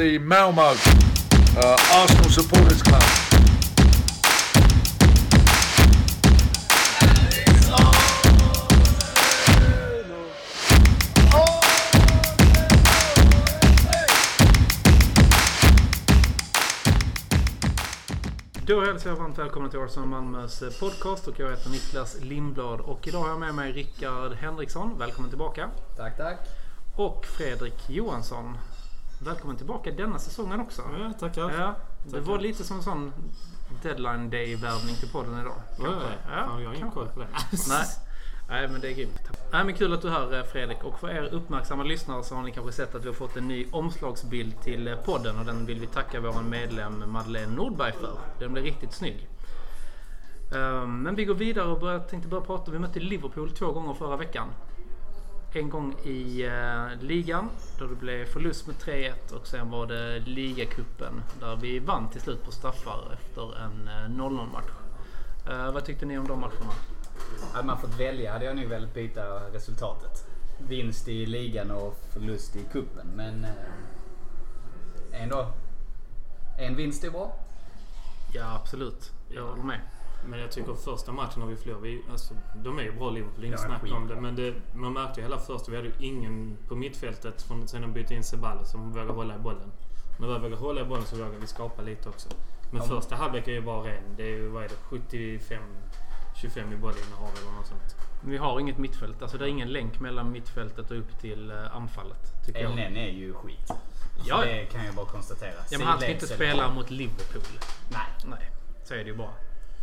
the Malmo Arsenal Supporters Club. Då hälsar jag varmt välkomna till Arsenal Malmös podcast och jag heter Niklas Lindblad och idag har jag med mig Rickard Henriksson. Välkommen tillbaka. Tack, tack. Och Fredrik Johansson. Välkommen tillbaka denna säsongen också. Ja, tackar. Ja, det var lite som en sån deadline day-värvning till podden idag. Ja, jag har ingen koll på det. Nej, men det är grymt. Nej, men kul att du är här, Fredrik. Och för er uppmärksamma lyssnare så har ni kanske sett att vi har fått en ny omslagsbild till podden. Och den vill vi tacka vår medlem Madeleine Nordberg för. Den blev riktigt snygg. Men vi går vidare och tänkte börja prata. Vi mötte Liverpool 2 gånger förra veckan. En gång i ligan då det blev förlust med 3-1 och sen var det ligacupen där vi vann till slut på straffar efter en 0-0-match. Vad tyckte ni om de matcherna? Hade man fått välja hade jag nu velat byta resultatet. Vinst i ligan och förlust i kuppen. Men ändå, en vinst är bra. Ja, absolut. Jag håller med. Men jag tycker första matchen har vi förlorat. Alltså, de är ju bra Liverpool, inget snack om det. Men man märkte ju hela första, vi hade ju ingen på mittfältet sen de bytte in Ceballos som vågar hålla i bollen. När vi vågar hålla i bollen så vågar vi skapa lite också. Men första halvlek är ju bara ren. Det är ju, vad är det, 75-25 i bollinnehav eller något sånt. Vi har inget mittfält. Alltså det är ingen länk mellan mittfältet och upp till anfallet, tycker jag. Elneny är ju skit. Ja. Det kan jag bara konstatera. Ja, men han ska inte spela mot Liverpool. Nej, så är det ju bara.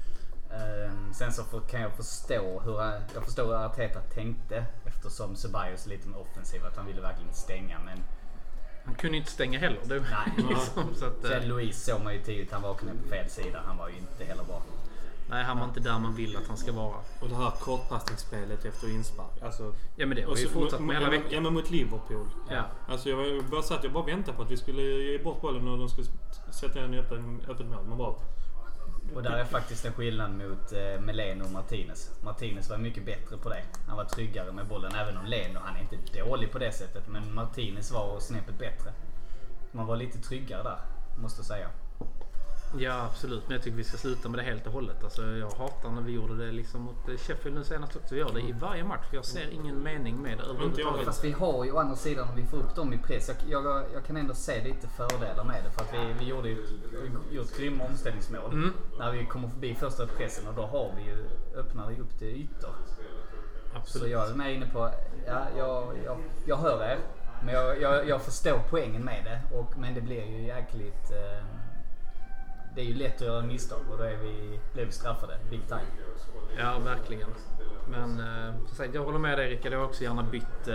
Sen så kan jag förstå hur Arteta tänkte eftersom Ceballos är lite mer offensiv, att han ville verkligen stänga, men han kunde inte stänga heller. Det nej. liksom, så att, sen Luis såg man ju tidigt, han vaknade på fel sida, han var ju inte heller bra. Nej, han var inte där man vill att han ska vara. Och det här kortpassningsspelet efter inspark. Alltså, ja, men det har ju fortsatt med hela veckan. Ja, men mot Liverpool. Ja. Alltså jag bara väntade på att vi skulle ge bort bollen och de skulle sätta den i öppet mål. Man bara... Och där är faktiskt en skillnad mot Leno och Martinez. Martinez var mycket bättre på det. Han var tryggare med bollen, även om Leno, han är inte dålig på det sättet. Men Martinez var snäppet bättre. Man var lite tryggare där, måste jag säga. Ja, absolut. Men jag tycker vi ska sluta med det helt och hållet. Alltså, jag hatar när vi gjorde det liksom mot Sheffield nu senast också. Vi gör det i varje match. Jag ser ingen mening med det överhuvudtaget. Fast vi har ju å andra sidan, om vi får upp dem i press. Jag kan ändå se lite fördelar med det. För att vi gjorde ett grymma omställningsmål. När vi kommer förbi första pressen, och då har vi ju öppnat upp till ytor. Absolut. Så jag är med inne på, jag hör er. Men jag förstår poängen med det. Men det blir ju jäkligt... Det är ju lätt att göra misstag och då blev vi straffade big time. Ja, verkligen. Men jag håller med dig, Rickard. Jag har också gärna bytt,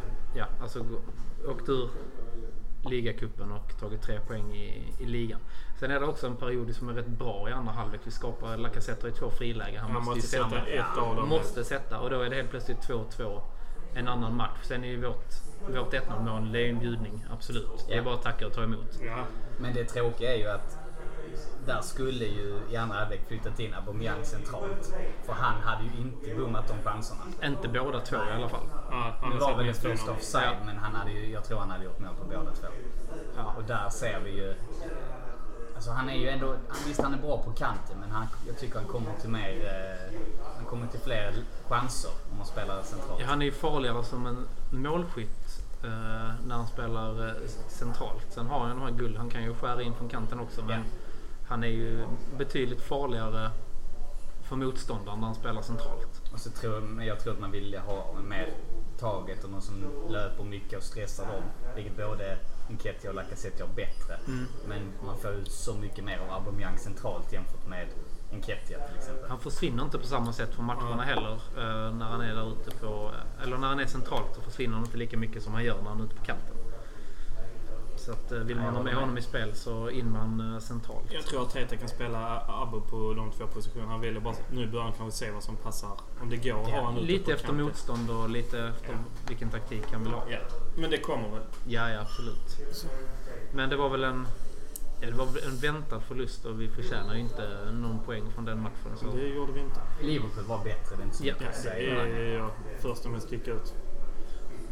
åkt ur ligacupen och tagit 3 poäng i ligan. Sen är det också en period som är rätt bra i andra halvlek. Vi skapar Lacazette i 2 frilägen. Han måste sätta ett av dem. Måste sätta, och då är det helt plötsligt 2-2 en annan match. Sen är ju vårt 1-0-mål, det är en bjudning, absolut. Det är bara att tacka och ta emot. Ja. Men det tråkiga är ju att där skulle ju i andra halvlek flyttat in Aubameyang centralt. För han hade ju inte bommat de chanserna. Inte båda 2 i alla fall. Ja, det var väl en första offside, men jag tror han hade gjort mål på båda 2. Ja. Och där ser vi ju... Alltså han är ju ändå... Visst, han är bra på kanten, men jag tycker han kommer till han kommer till fler chanser om man spelar centralt. Ja, han är ju farligare som en målskytt när han spelar centralt. Sen har han guld. Han kan ju skära in från kanten också, men han är ju betydligt farligare för motståndaren när han spelar centralt. Och så jag tror att man vill ha mer taget och någon som löper mycket och stressar dem. Vilket både Nketiah och Lacazette gör bättre. Men man får ut så mycket mer av Aubameyang centralt jämfört med Nketiah till exempel. Han försvinner inte på samma sätt från matcherna heller när han är där ute på... Eller när han är centralt så försvinner han inte lika mycket som han gör när han är ute på kanten. Så att vill man ha med honom i spel så in man centralt. Jag tror att Teta kan spela Abbo på de 2 positionerna. Han vill bara nu börjar han kanske se vad som passar. Om det går har han lite efter kanten. Motstånd och lite efter vilken taktik han vill ha. Ja. Men det kommer väl? Ja, absolut. Men det var väl en väntad förlust och vi förtjänar ju inte någon poäng från den matchen. Så. Det gjorde vi inte. Liverpool var bättre än det är först och mest sticka ut.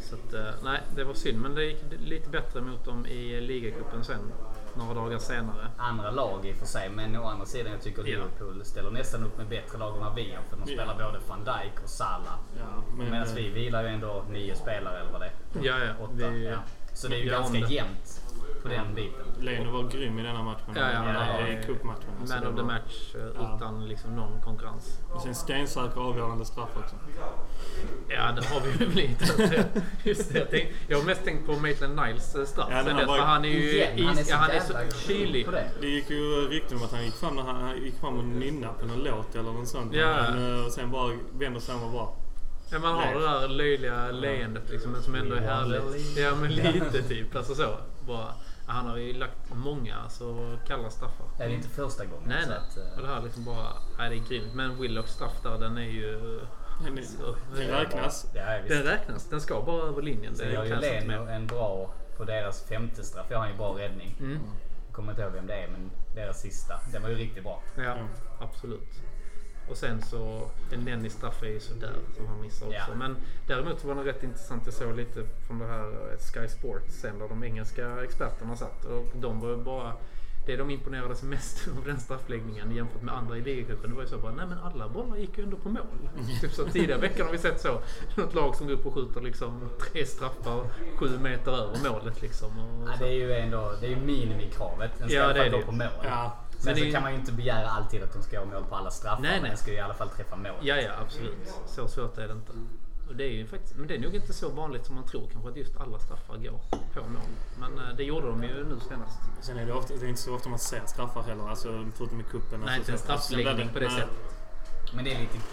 Så att, nej, det var synd. Men det gick lite bättre mot dem i ligacupen sen. Några dagar senare. Andra lag i och för sig, men å andra sidan jag tycker Liverpool ställer nästan upp med bättre lag än vad vi har. För de spelar både Van Dijk och Salah. Medan vi vilar ju ändå 9 spelare eller vad det är. 8. Så det är ju ganska jämnt på den biten. Leno var grym i denna matchen. I cupmatchen. Man of the match utan liksom någon konkurrens. Och sen stensäker avgörande straff också. Ja, det har vi ju blivit. Just det, jag har mest tänkt på Maitland Niles straff. Han är ju han är så kylig. Det gick ju rykten om att han gick fram när han gick fram och nynnade på någon låt eller något sånt. Men sen bara vände sig och bara... Ja, man har det där löjliga leendet liksom, men som ändå är härligt. Ja, men lite typ. Alltså så. Bara, han har ju lagt många så kalla straffar. Det är inte första gången. Nej. Och det här liksom bara... Nej, det är grymt. Men Willocks straff där, den är ju... Den räknas. Den räknas. Den ska bara över linjen. Det gör ju Leno en bra på deras 5:e straff. Jag har ju bra räddning. Jag kommer inte ihåg vem det är, men deras sista. Den var ju riktigt bra. Ja, absolut. Och sen så Nenny straff är ju sådär som han missar också. Ja. Men däremot var det rätt intressant. Jag såg lite från det här Sky Sports sen där de engelska experterna satt. Och de var ju bara... Det de imponerade sig mest av den straffläggningen jämfört med andra i ligacupen, det var ju så bara, nej men alla bollar gick ju ändå på mål. Typ så tidigare veckan har vi sett så. Något lag som går upp och skjuter liksom 3 straffar 7 meter över målet liksom. Och det är ju ändå, det är ju minimikravet. Den ska i alla fall gå på mål. Ja. Sen så kan man ju inte begära alltid att de ska ha mål på alla straffar. Nej. Men den ska ju i alla fall träffa mål. Ja, absolut. Så svårt är det inte. Och det är ju faktiskt, men det är nog inte så vanligt som man tror kanske att just alla straffar går på mål. Men det gjorde de ju nu senast. Sen är det är inte så ofta man ser straffar heller, alltså förutom i kuppen. Nej, inte en straffläggning på det sättet. Men det är lite...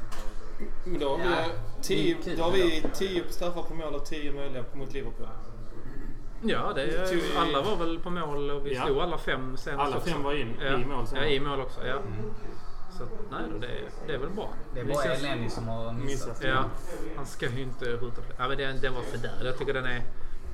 Då har vi 10 straffar på mål och 10 möjliga mot Liverpool. Ja, alla var väl på mål och vi slog alla 5 senast. Alla 5 var in i mål sen. Ja, i mål också, ja. Så nej då, det är väl bra. Det är bara Elneny som har missat. Ja, han ska ju inte skjuta fler. Ja, men den var för där. Jag tycker den är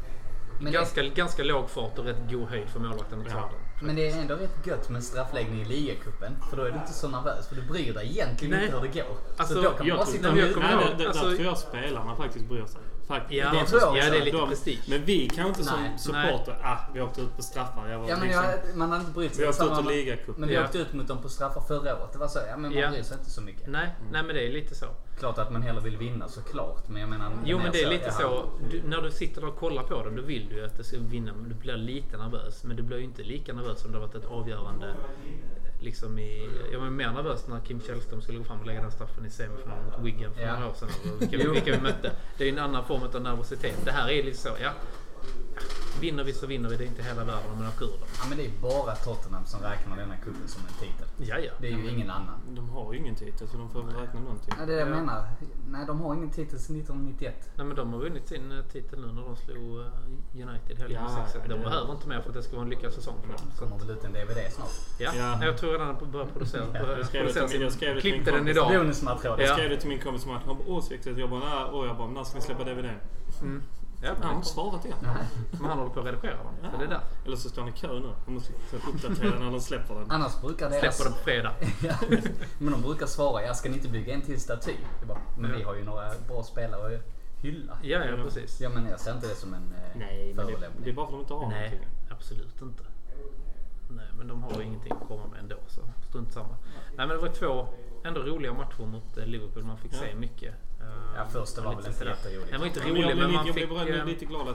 ganska låg fart och rätt god höjd för målvakten att ta den. Men det är ändå rätt gött med straffläggning i ligacupen. För då är du inte så nervös. För du bryr dig egentligen inte hur det går. Alltså, så då kan man bara sitta där tror jag spelarna faktiskt bryr sig. Ja, det tror jag också. Ja, det är lite prestige. Men vi kan inte som supporter, vi åkte ut på straffar. Man har inte brytt sig. Vi åkte ut i ligacupen. Men vi åkte ut mot dem på straffar förra året. Det var så, men man bryr sig inte så mycket. Nej, men det är lite så. Klart att man hellre vill vinna, såklart. Men jag menar... Jo, men det är lite så. När du sitter där och kollar på dem, då vill du att det ska vinna. Men du blir lite nervös. Men du blir ju inte lika nervös som det har varit ett avgörande... Liksom jag var mer nervös när Kim Källström skulle gå fram och lägga den straffen i semifinalen mot Wigan för några år sedan. Vilka vi mötte. Det är en annan form av nervositet. Det här är lite så, vinner vi så vinner vi. Det är inte hela världen om man har kur. Ja, men det är bara Tottenham som räknar denna kuppen som en titel. Ja. Det är ju ingen annan. De har ju ingen titel så de får väl räkna någonting. Ja, det är det jag menar. Nej, de har ingen titel sedan 1991. Nej, men de har vunnit sin titel nu när de slog United helgen 6-1. De behöver inte mer för att det ska vara en lyckad säsong för dem. Så kommer väl ut en DVD snart. Ja. Jag tror redan att börjar producera. Jag skrev klippte den idag. Bonusmaterial. Jag skrev det till min kompis Martin. Han bara, åsiktigt. Jag bara, när ska ni släppa DVD? Ja, han har svarat det. Men han håller på att redigera den. Så det är där. Eller så står han i kö nu. Han måste uppdatera när de släpper den. Annars brukar deras... Släpper den på fredag. Men de brukar svara, jag ska inte bygga en till staty. Men vi har ju några bra spelare att hylla. Ja, precis. Ja, men jag ser inte det som en förolämpning. Det är bara för att de inte har någonting. Nej, absolut inte. Nej, men de har ju ingenting att komma med ändå. Så strunt samma. Nej, men det var 2 ändå roliga matcher mot Liverpool. Man fick se mycket. Första var väl inte jätteroligt. Den var inte rolig, men man fick... Jag blev lite glad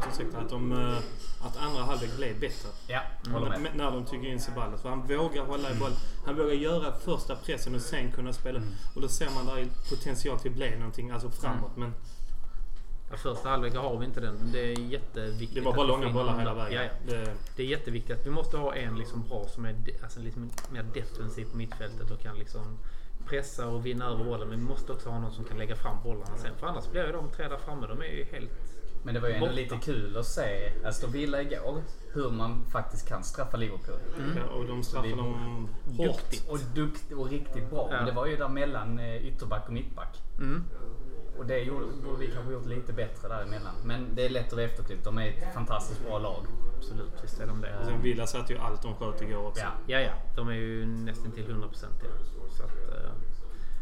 att andra halvlek blev bättre. Ja, när de tycker in Ceballos. För han vågar hålla i boll. Han vågar göra första pressen och sen kunna spela. Och då ser man där potential till bli någonting, alltså framåt. Men första halvlek har vi inte den. Det är jätteviktigt. Det var bara långa bollar hela vägen. Ja. Det är jätteviktigt att vi måste ha en liksom bra som är liksom mer defensiv på mittfältet och kan liksom pressa och vinna över bollen. Men vi måste också ha någon som kan lägga fram bollarna sen. För annars blir ju de 3 där framme. De är ju helt... Men det var ju ändå lite kul att se Aston Villa igår hur man faktiskt kan straffa Liverpool. Och de straffar dem hårt. Och riktigt bra. Men det var ju där mellan ytterback och mittback. Och det borde vi kanske gjort lite bättre däremellan. Men det är lätt att vara efterklippt. De är ett fantastiskt bra lag. Absolut, visst är de det. Och sen Villa satt ju allt de sköt igår också. Ja. De är ju nästan till 100%. Så att,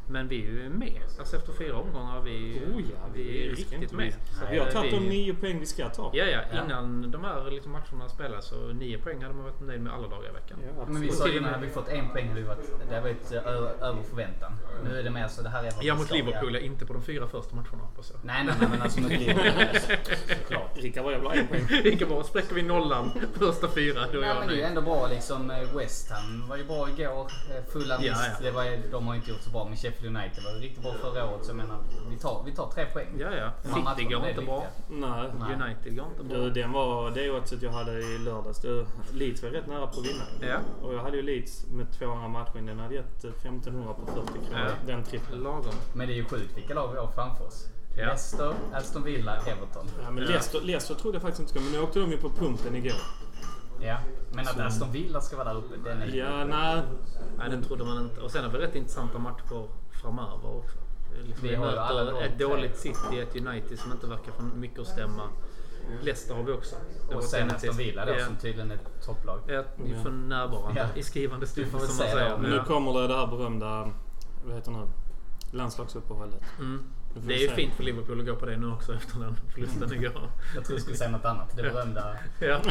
Men vi är ju med. Alltså efter 4 omgångar vi är riktigt med. Vi har tagit de 9 poäng vi ska ta. Ja. Innan de här liksom matcherna spelas så 9 poäng hade man varit nöjd med alla dagar i veckan. Ja, men vi sa ju när vi fått 1 poäng det har varit över förväntan. Nu är det mer så det här är Ja, mot Liverpool är inte på de 4 första matcherna hoppas jag. Nej, men alltså mot Liverpool. Såklart. Rickard var jävla 1 poäng. Rickard bara, spräcker vi nollan första 4 då är jag men det är ju ändå bra liksom. West Ham var ju bra igår. Fulla mist. De har inte gjort så bra med Sheffield United. Det var riktigt bra förra året så jag menar vi tar 3 poäng. Ja. City går inte bra. Nej. United går inte bra. Den var det oddset jag hade i lördags. Leeds var rätt nära på att vinna. Ja. Och jag hade ju Leeds med 2 andra matcher. Den hade gett 1500 på 40 kronor. Ja. Den trippeln. Lagom. Men det är ju sjukt vilka lag vi har framför oss. Ja. Leicester, Aston Villa, Everton. Ja, men Leicester trodde jag faktiskt inte ska. Men nu åkte de ju på pumpen igår. Ja, men att Aston Villa ska vara där uppe, den är Nej, den trodde man inte. Och sen har vi rätt intressanta matcher framöver också. Vi möter ett dåligt City, ett United som inte verkar få mycket att stämma. Leicester har vi också. Och sen Aston Villa då som tydligen är ett topplag. Ja, ni är för närvarande i skrivande stund som man säger. Men nu kommer det här berömda, vad heter det, landslagsuppehållet. Det är ju fint för Liverpool att gå på det nu också efter den förlusten igår. Jag tror du skulle säga något annat. Det berömda. Ja.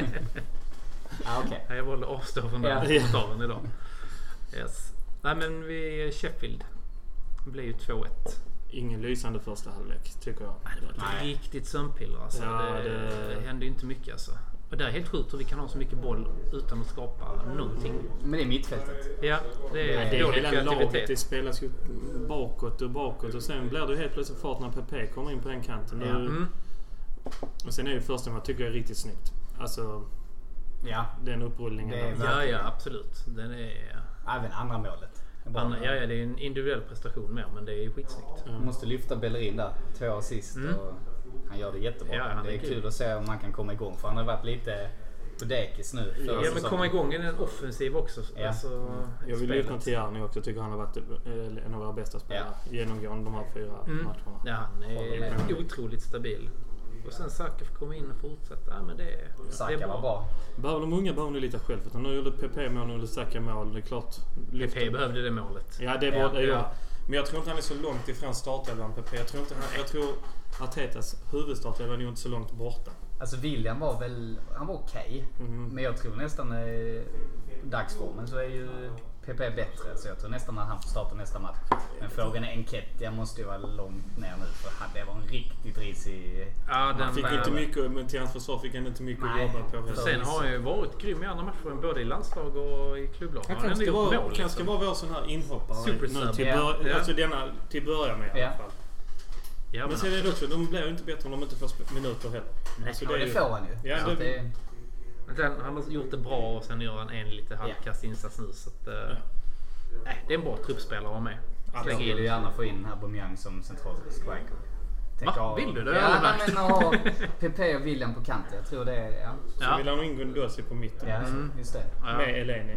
Okay. Jag valde att avstå från den kommentaren idag. Yes. Nej, men Sheffield blir ju 2-1. Ingen lysande första halvlek tycker jag. Nej, det var riktigt sömnpiller alltså. Det hände ju inte mycket alltså. Och det är helt sjukt hur vi kan ha så mycket boll utan att skapa någonting. Men det är mittfältet. Ja, det är hela laget. Det spelas ju bakåt och sen blir det helt plötsligt fart när PP kommer in på den kanten. Och sen är ju första man tycker jag är riktigt snyggt. Alltså den upprullningen. Ja, absolut. Den är även andra målet. det är en individuell prestation mer, men det är skitsnyggt. Man måste lyfta Bellerin där. 2 assist och han gör det jättebra. Ja, det är kul att se om man kan komma igång för han har varit lite på dekis nu. Ja, men komma igång i en offensiv också. Ja. Alltså, jag vill lyssna till Arne också. Tycker han har varit en av våra bästa spelare genomgående de här 4 matcherna. Ja, han är otroligt stabil. Och sen Saka får komma in och fortsätta. Ja, men Saka var bra. Behöver de unga behöver lite självförtroende. Nu gjorde PP mål, nu gjorde Saka mål. Det är klart. PP behövde det målet. Ja, det var det. Ja. Men jag tror inte han är så långt ifrån startelvan PP. Jag tror Artetas huvudstartelvan är inte så långt borta. Alltså William var okej. Men jag tror nästan dagsformen så är ju PP bättre. Så jag tror nästan att han får starta nästa match. Men frågan är Enketia måste ju vara långt ner nu. För det var en riktigt risig... Ja, han fick inte mycket, men till hans försvar fick han inte mycket att jobba på. Sen har han ju varit grym i andra matcher, både i landslag och i klubblag. Han kanske vara vår sån här inhoppare nu till början med i alla fall. Ja, men sen är det också, de blir ju inte bättre om de inte får minuter heller. Nej, alltså det får han ju. Ja, sen, han har gjort det bra och sen gör han en lite halvkast insats nu. Så att, det är en bra truppspelare med. Jag vill ju gärna få in Aubameyang som central striker. Va? Vill du det? Ja, men ha PP och William på kanten. Jag tror det är... Så vill han ha in Gundosi på mitten. Ja, just det. Med Eleni.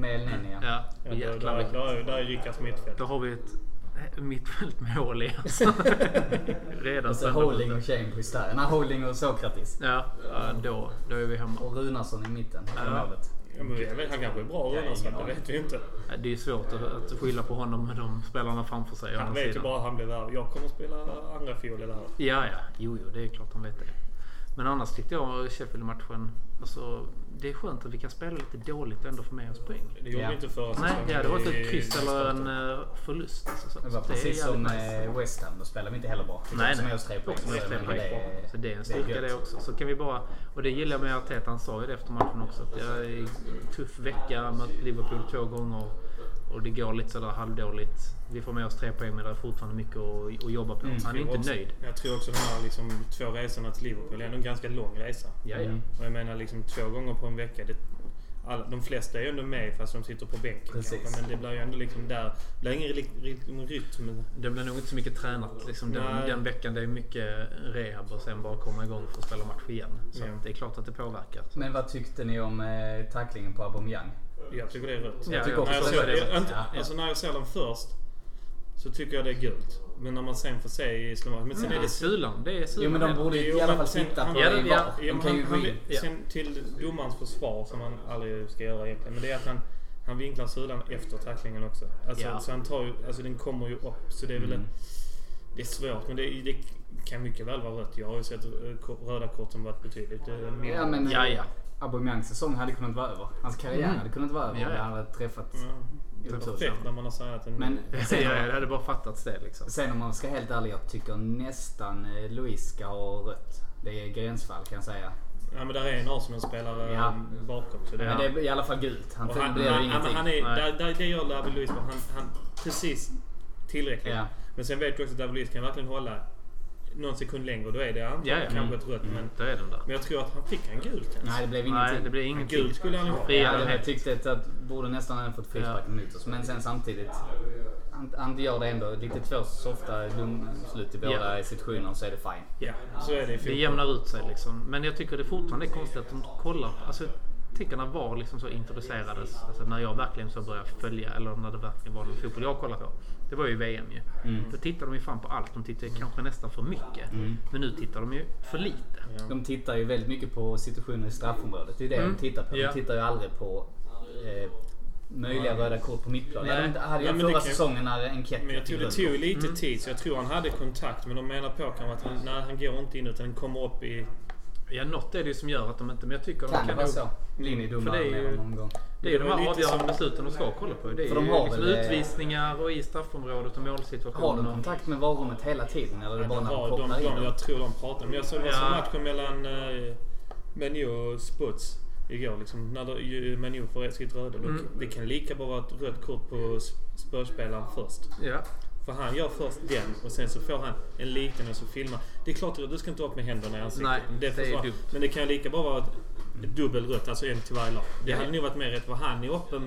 Där är Rickards mittfält. Då har vi ett mittfältmål i alltså. Redan och så Holding och Chambers där. Nej, Holding och Sokratis. Ja, då är vi hemma. Och Runarsson i mitten på målet. Ja, men han kanske är bra Runarsson, det vet vi inte. Det är svårt att skylla på honom med de spelarna framför sig. Han vet ju bara att han blir där. Jag kommer att spela andra fiol i det här. Ja. Jo, det är klart han vet det. Men annars tyckte jag Sheffield-matchen, alltså, det är skönt att vi kan spela lite dåligt och ändå få med oss poäng. Det gjorde vi inte förra säsongen. Nej, det var inte ett kryss eller en förlust. Alltså, det var precis som West Ham, då spelar vi inte heller bra. Nej. Med oss 3 poäng. Så det är en styrka det också. Så kan vi bara, och det gillar jag med Arteta, han sa ju det efter matchen också, att det är en tuff vecka med Liverpool 2 gånger. Och det går lite sådär halvdåligt. Vi får med oss 3 poäng, men det är fortfarande mycket att jobba på. Han är inte nöjd. Jag tror också de här liksom, 2 resorna till Liverpool är en ganska lång resa. Ja. Och jag menar liksom 2 gånger på en vecka. De flesta är ju ändå med fast de sitter på bänken. Kanske, men det blir ju ändå liksom där. Det blir ingen rytm. Det blir nog inte så mycket tränat. Liksom den veckan det är mycket rehab och sen bara komma igång för att spela match igen. Så det är klart att det påverkar. Så. Men vad tyckte ni om tacklingen på Aubameyang? Jag tycker det är rött. Jag tycker också det är rött. Alltså när jag ser den först så tycker jag det är gult. Men när man sen får se i slow men sen är det sulan. Det är sulan. Jo, men de borde i alla fall titta på det. Sen till domarens försvar som man aldrig ska göra egentligen. Men det är att Han vinklar sulan efter tacklingen också. Alltså, så han tar ju, alltså den kommer ju upp. Så det är väl det är svårt, men det kan mycket väl vara rött. Jag har ju sett röda kort som varit betydligt mindre. Aubameyangs säsong hade kunnat vara över. Hans karriär hade kunnat vara över. Han hade träffat... Det är perfekt när man har sagt en... Men jag hade bara fattat det liksom. Sen om man ska helt ärlig, jag tycker nästan Luis ska ha rött. Det är gränsfall kan jag säga. Ja, men där är en Arsenal-spelare bakom. Så men det är i alla fall gult. Han det gör David Luiz. Han precis tillräckligt. Ja. Men sen vet du också att David Luiz kan verkligen hålla någon sekund längre. Då är det kanske ett rött. Men jag tror att han fick en gult. Nej, det blev ingenting. Det blev ingenting. Gult skulle han ha. Jag tyckte att borde nästan ha fått frispark mot oss. Men sen samtidigt, han gör det ändå lite två softa domslut i båda situationer, så är det fine. Ja, så är det. Det jämnar ut sig liksom. Men jag tycker det fortfarande är konstigt att de kollar. Alltså, tycker när VAR liksom så introducerades, alltså när jag verkligen så började följa, eller när det verkligen var någon fotboll jag kollade på. Det var ju VM ju. Då tittar de ju fan på allt. De tittar kanske nästan för mycket. Men nu tittar de ju för lite. Ja. De tittar ju väldigt mycket på situationer i straffområdet. Det är det de tittar på. De tittar ju aldrig på möjliga röda kort på mittplan. Det hade jag förra säsongen när en kett. Men jag tror det tog lite tid, så jag tror han hade kontakt. Men de menar på kan att han går inte in utan han kommer upp i... Ja, något är det ju som gör att de inte... Men jag tycker kan de kan så. Linjedomare någon gång. Det är ju de här avgörande besluten de ska kolla på. Det är för de ju har liksom utvisningar och i straffområdet och målsituationer. Har de kontakt med varummet hela tiden? Eller är det bara när de kopplar in? Jag tror de pratar. Men jag såg en match mellan Menu och Sputs igår. Liksom, när Menu får sitt röda. Det kan lika bara vara ett rött kort på spörspelaren först. Ja. För han gör först den och sen så får han en liten och så filmar. Det är klart att du ska inte upp med händerna i ansiktet. Nej, det är dumt. Men det kan ju lika bara vara ett dubbelrött, alltså en till varje lag. Det hade nog varit mer rätt, för han är uppe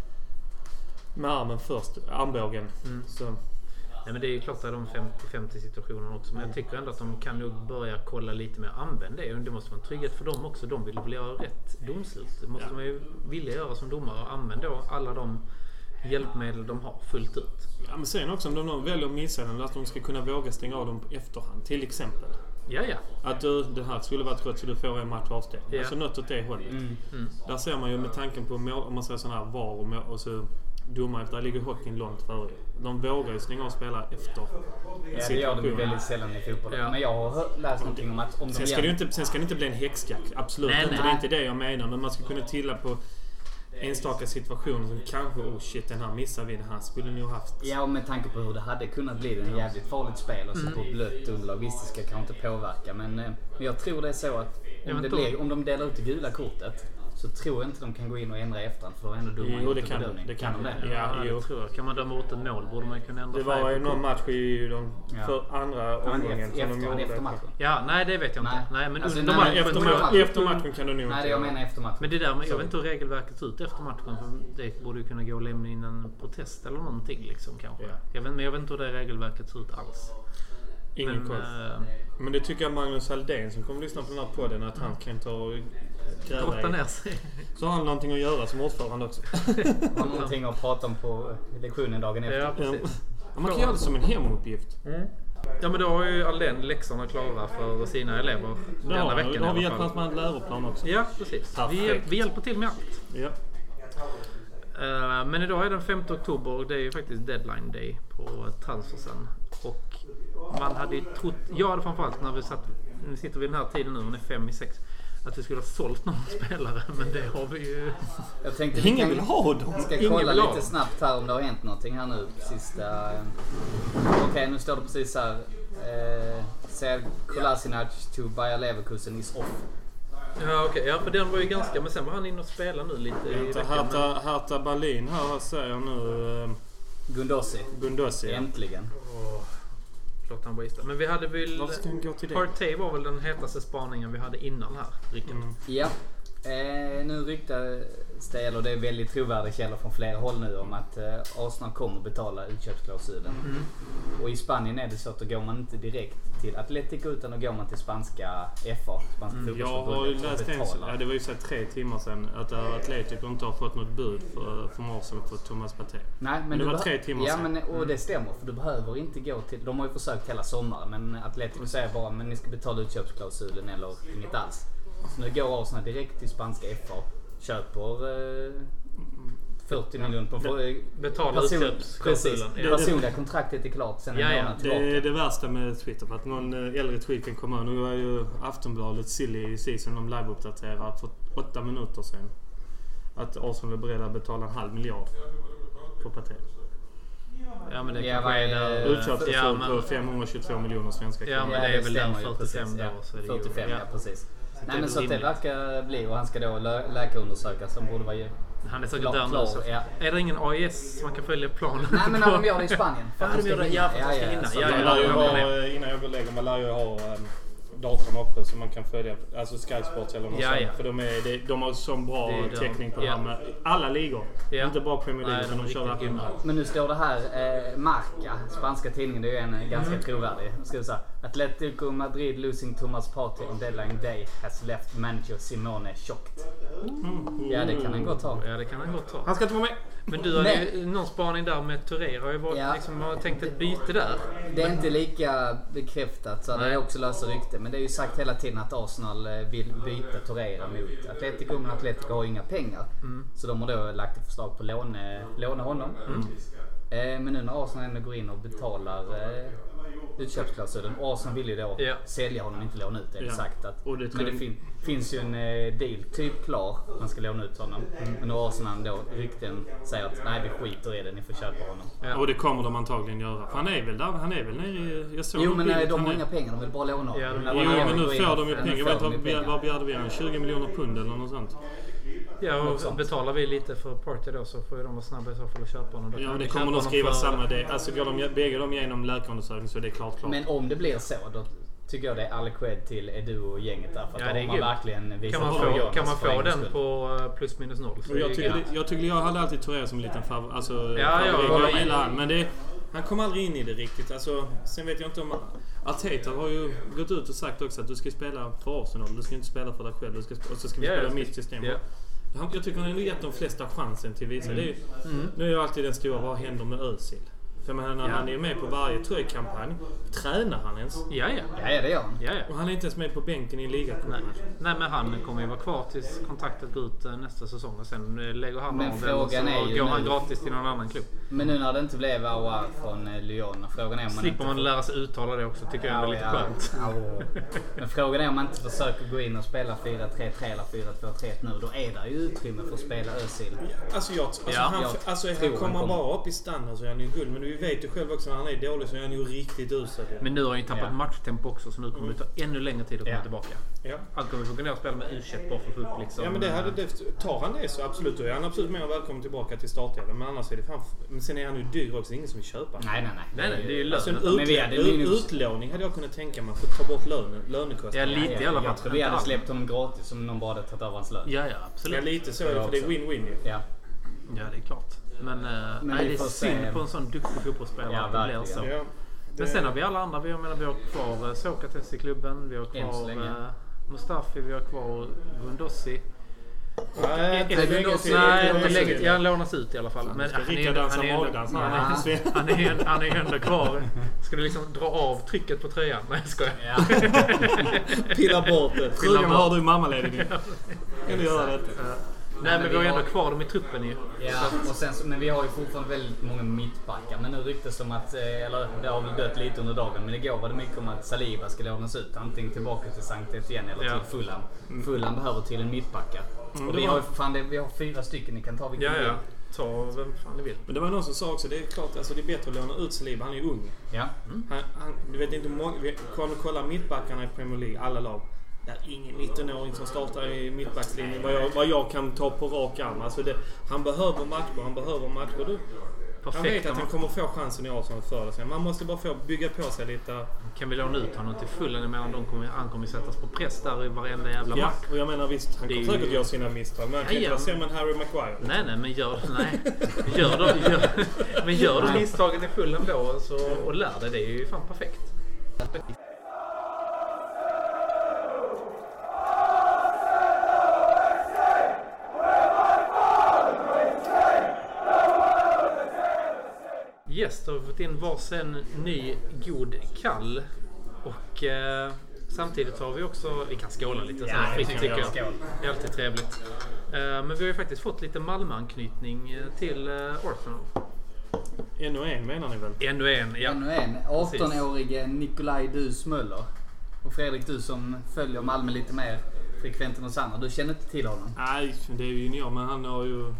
med armen först, armbågen. Så. Ja, men det är ju klart att de 50-50 situationen också. Men jag tycker ändå att de kan nog börja kolla lite mer, använd det. Det måste vara en trygghet för dem också. De vill väl göra rätt domslut. Det måste man ju vilja göra som domare och använda då alla de hjälpmedel de har fullt ut. Ja, men sen också om de väljer att missa den, att de ska kunna våga stänga av dem efterhand, till exempel. Ja. Att det här skulle vara trött så du får en match avstängning. Ja. Alltså något åt det hållet. Där ser man ju med tanken på, om man säger sån här VAR och så domar efter, där ligger hockeyn långt före. De vågar ju stänga av spela efter en situation. Det gör de väldigt sällan i fotboll. Ja. Men jag har läst någonting om att... Sen ska det inte bli en häxjack. Absolut inte. Det är inte det jag menar. Men man ska kunna tilla på enstaka situationer som kanske, den här missar vi, den här skulle ni ha haft. Ja, och med tanke på hur det hade kunnat bli en jävligt farligt spel och så på blött underlag. Visst, det ska kanske inte påverka, men jag tror det är så att om de delar ut det gula kortet så tror jag inte de kan gå in och ändra efterhand, för då är ändå domaren. Jo, det kan de. Ja, jag tror. Kan man döma åt ett mål borde man kunna ändra. Det var ju någon match i för andra omgången efter matchen. Ja, nej, det vet jag inte. Nej, men alltså, efter matchen kan du nog. Nej, jag menar efter matchen. Men det där, jag vet inte hur regelverket ut efter matchen. Det borde ju kunna gå och lämna in en protest eller någonting liksom kanske. Ja. Jag vet inte hur det regelverket ser ut alls. Ingen koll. Men det tycker jag Magnus Halldén som kommer lyssna på den här podden, att han kan ta och gräva ner sig. Så har han någonting att göra som ordförande också. Har någonting att prata om på lektionen dagen efter. Ja, precis. Man kan göra det som en hemuppgift. Ja, men då har ju all den läxorna klara för sina elever denna veckan. Då har vi hjälpt med en läroplan också. Ja, precis. Vi hjälper till med allt. Ja. Men idag är den 5 oktober och det är ju faktiskt deadline day på transfersen. Och man hade ju trott, jag hade framförallt när nu sitter vi den här tiden nu, hon är 5-6, att vi skulle ha sålt någon spelare, men det har vi ju. Jag tänkte ingen vill ha dem. Jag ska kolla lite snabbt här om det har hänt någonting här nu sista. Okej, nu står det precis här. Ser Kolasinac to Bayer Leverkusen is off. Ja, okej. Ja, för den var ju ganska, men sen var han inne och spelade nu lite i veckan. Hertha Berlin här säger nu Gundossi. Äntligen. Klart han var istället. Men vi hade väl Partey var väl den hetaste spaningen vi hade innan här, Rickard. Ja. Nu ryktas det, eller det är väldigt trovärdiga källor från flera håll nu, om att Arsenal kommer betala utköpsklausulen. Och i Spanien är det så att då går man inte direkt till Atletico utan då går man till spanska FA, spanska fotbollsförbundet. Jag har ju läst det var ju så 3 timmar sedan att Atletico inte har fått något bud för Arsenal för Thomas Partey. Nej, men det var 3 timmar sedan. Men, och det stämmer, för du behöver inte gå till, de har ju försökt hela sommaren, men Atletico säger bara, men ni ska betala utköpsklausulen eller inget alls. Så nu går Arsenal direkt till spanska FA, köper 40 miljoner på betala utsläppsklausulen. Det personliga kontraktet är klart sen en månad tillbaka. Det är det värsta med Twitter, för att någon äldre tweet kan komma. Nu är ju Aftonbladet silly season, de live-uppdaterar för 8 minuter sedan att Arsenal är beredda att betala 500 miljoner på Paté. Ja, men det kanske är utköpsklausul på 522 miljoner svenska kronor. Ja, men det är väl den 45 då. Så är det 45, ju, ja precis. Nej, men så rimligt. det verkar bli, och han ska då läkarundersökas som borde vara ju. Han är säkert där nu. Så. Ja. Är det ingen AIS man kan följa planen? Nej, men när de gör det i Spanien. Ja, de gör det. Ja, för att de ska hinna. Innan jag går och lägger man lär ju ha datorn uppe så man kan följa, alltså Sky Sports eller något sånt. För de har så bra täckning på det här med alla ligor. Inte bara Premier League, utan de kör verkligen allt. Men nu står det här, Marca, spanska tidningen, det är ju en ganska trovärdig. Ska jag säga, Atletico Madrid losing Thomas Partey on deadline day has left manager Simone shocked. Ja, det kan han gott ha. Han ska inte vara med. Men du har ju någon spaning där med Touré. Har ju varit, liksom, har tänkt ett byte där. Det är inte lika bekräftat, så det är också lösa rykte. Men det är ju sagt hela tiden att Arsenal vill byta Touré mot Atletico. Men Atletico har inga pengar. Så de har då lagt ett förslag på låna honom. Men nu när Arsenal ändå går in och betalar utköpsklausulen. Arsenal vill ju då sälja honom, inte låna ut. Det är sagt att, men det finns ju en deal typ klar. Man ska låna ut honom. Men Arsenal då rykten säger att nej, vi skiter i det, ni får köpa honom. Ja. Och det kommer de antagligen göra. För han är väl där, han är väl nere i... Jo, men de har inga pengar, de vill bara låna honom. Men nu får de ju pengar. Vad begärde vi? 20 miljoner pund eller något sånt? Ja, och betalar vi lite för Partey då så får ju de vara snabba i så fall att köpa honom. Ja, det kommer de skriva samma det. Alltså går bägge de igenom läkarundersökning så är det klart. Men om det blir så, då tycker jag det är all cred till Edu och gänget där. För att de har verkligen visat kan man få den på plus minus noll? Jag hade alltid Touré som en liten favorit. Alltså, jag gillar han. Men han kom aldrig in i det riktigt. Alltså, sen vet jag inte om... Arteta har ju gått ut och sagt också att du ska spela för Arsenal. Du ska inte spela för dig själv. Och så ska vi spela mitt system. Jag tycker han har gett de flesta chansen till visa. Det är ju, nu är ju alltid den stora, vad händer med Özil? För han är ju med på varje tröjkampanj. Tränar han ens? Ja, det gör han. Och han är inte ens med på bänken i ligacupen. Nej, men han kommer ju vara kvar tills kontraktet går ut nästa säsong. Och sen lägger han men av den och så går han gratis till någon annan klubb. Men nu när det inte blev Aouar från Lyon, frågan är om man slipper man lära sig uttala det också, tycker jag är lite skönt. Men frågan är om man inte försöker gå in och spela 4-3-3 eller 4-2-3 nu. Då är det ju utrymme för att spela Özil. Han kommer bara upp i standard så är han ju guld. Men vi vet ju själv också när han är dålig så är han ju riktigt usel. Men nu har han ju tappat matchtempo också, så nu kommer det ta ännu längre tid att komma tillbaka. Han kommer få gå ner och spela med U21 bara för att få upp liksom. Ja, men tar han det så absolut, då är han absolut mer välkommen tillbaka till startelvan. Men annars är det men sen är han ju dyr också, det är ingen som vill köpa. Nej, det är ju alltså en utlåning hade jag kunnat tänka mig för att ta bort lönekostnader. Ja, lite i alla fall. Jag tror vi hade släppt honom gratis om någon bara hade tagit över hans lön. Ja, absolut. Ja, lite så, för det är win-win ju. Ja, det är klart. Men det är synd på en sån duktig fotbollsspelare att det blir så. Ja, men sen har vi alla andra. Vi har kvar Sokrates i klubben. Vi har kvar Mustafi. Vi har kvar Gundossi. Han lånas ut i alla fall. Men han är ju ändå kvar. Ska du liksom dra av trycket på tröjan? Nej, jag skojar. Pilla bort det. Frågan har du mammaledig. Kan du göra det? Nej, men vi har ändå kvar dem i truppen ju. Ja, och sen, men vi har ju fortfarande väldigt många mittbackar. Men nu ryktas som att, eller det har väl dött lite under dagen, men igår var det mycket om att Saliba ska lånas ut. Antingen tillbaka till Sankt Etienne eller till Fulham. Fulham behöver till en mittbacka. Och vi har 4 stycken, ni kan ta vilken vill. Ta vem fan ni vill. Men det var någon som sa också, det är klart, alltså det är bättre att låna ut Saliba, han är ju ung. Ja. Du vet inte hur många, vi kan kolla mittbackarna i Premier League, alla lag. Det är ingen 19-åring som startar i mittbackslinjen vad jag kan ta på rak arm. Alltså han behöver matcher. Han vet att han kommer få chansen i Arsenal förr eller sen. Man måste bara få bygga på sig lite. Kan vi låna ut honom till Fulham emellan han kommer sättas på press där i varenda jävla match. Ja, och jag menar visst, han kommer säkert göra sina misstag. Men han kan inte se med Harry Maguire. Nej, men gör de misstagen i Fulham då och lär det är ju fan perfekt. Yes, då har vi fått in varsin ny god kall. Och Samtidigt har vi också, vi kan skåla lite så Ja, här fritt jag tycker jag. skål. Det är alltid trevligt. Men vi har ju faktiskt fått lite Malmö-anknytning till Arsenal. Ännu en menar ni väl? Ännu en, ja. Ännu en. 18-årige Nikolaj Dus Möller. Och Fredrik, du som följer Malmö lite mer frekvent än oss andra, du känner inte till honom? Nej, det är ju junior, men han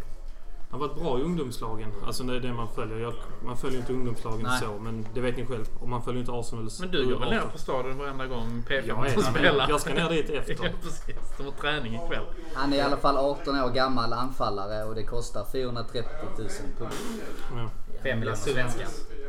har varit bra i ungdomslagen. Alltså det är det man följer. Man följer inte ungdomslagen så, men det vet ni själv. Och man följer inte Arsenals. Men du går väl ner på staden varenda gång jag spelar? Jag ska ner dit efter. Ja, precis. De har träning ikväll. Han är i alla fall 18 år gammal anfallare och det kostar 430 000 pund. Ja. 5 miljoner svenskar.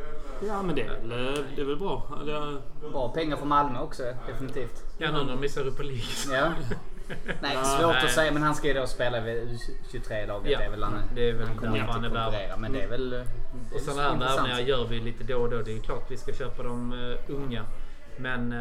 Ja, men det är väl bra. Bra pengar för Malmö också, definitivt. Ja, nu när de missar Europa League. Ja. Nej, svårt att säga, men han ska ju då spela i U23-laget. Ja, det är väl han kommer inte konkurrera, men det är väl och sådana här värvningar gör vi lite då och då. Det är klart vi ska köpa de unga. Men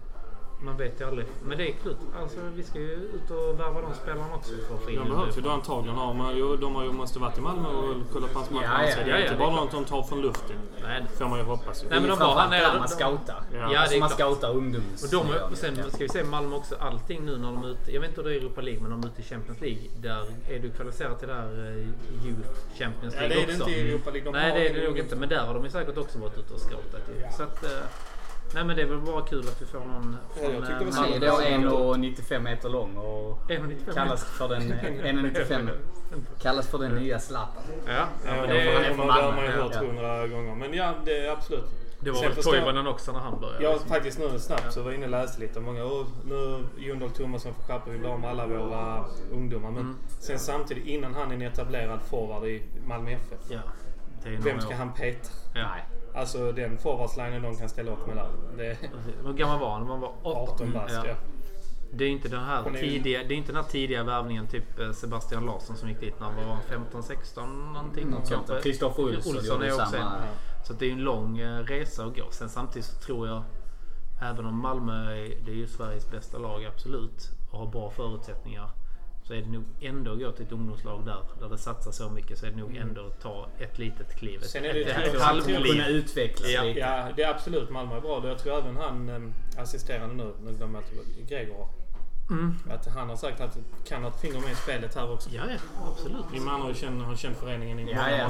man vet ju aldrig. Men det är klart. Alltså, vi ska ju ut och värva de spelarna också. De behövs ju då antagligen. De har ju måste varit i Malmö och kollat på hans match. Det är inte bara något de tar från luften. Nej, det får man ju hoppas. Nej, men de var här nere. Man scoutar. Ja, det är man scoutar ungdoms. Och sen ska vi se Malmö också. Allting nu när de är ute. Jag vet inte om det är Europa League, men de är ute i Champions League. Där är du kvalificerad till det här Youth Champions League också. Nej, det är det inte i Europa League. Nej, det är det nog inte. Men där har de ju säkert också varit ute och scoutat. Så att... Nej, men det är väl bara kul att vi får någon från... Han är då 1,95 meter lång och kallas för den 1,95 kallas för den nya Zlatan. Ja, men det har man ju hört 100 gånger. Men ja, det är absolut. Det var väl Toivonen också när han började. Ja, faktiskt nu snabbt så var jag inne och läste lite. Många nu Jon Dahl Tomasson får skärpa vi blir om alla våra ungdomar. Men sen samtidigt innan han är en etablerad forward i Malmö FF. Ja, vem ska han peta? Ja. Alltså den forwardslinjen de kan ställa upp med där. Hur gammal var han? Han var 18 bast, ja. Det är inte den här tidiga, det är inte den här tidiga värvningen typ Sebastian Larsson som gick dit när han var 15-16 någonting. Kristoffer Olsson är också en. Så det är en lång resa att gå. Sen samtidigt så tror jag, även om Malmö det är ju Sveriges bästa lag absolut och har bra förutsättningar, så är det nog ändå att gå till ett ungdomslag där det satsar så mycket, så är det nog ändå att ta ett litet kliv. Sen är det ett halvliv. Kunna utvecklas lite. Ja, det är absolut. Malmö är bra. Jag tror även han assisterande nu, Gregor. Att han har sagt att kan ha ett finger med i spelet här också. Ja, absolut. Min man har känt föreningen i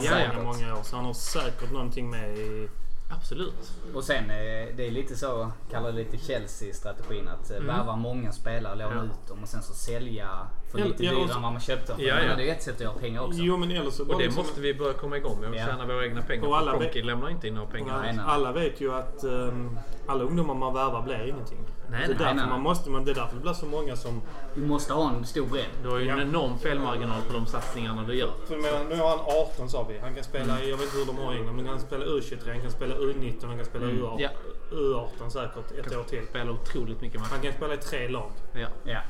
många år, så han har säkert någonting med i... Absolut. Och sen det är lite så, kallar det lite Chelsea-strategin att värva många spelare, låna ut dem och sen så sälja för lite dyrare än vad man köpte dem. Men det är ett sätt att göra pengar också. Jo, men eller så och det måste vi börja komma igång med och tjäna våra egna pengar. Och alla Konki lämnar inte in några pengar. Alla vet ju att alla ungdomar man värvar blir ingenting. Det är därför det blir så många som... Du måste ha en stor bredd. Du har ju en enorm felmarginal på de satsningarna du gör. Nu har han 18 sa vi. Han kan spela, jag vet inte hur de har i England, men han kan spela U23, han kan spela U19, han kan spela U18 säkert ett år till. Spela otroligt mycket matcher. Han kan spela i 3 lag. Ja.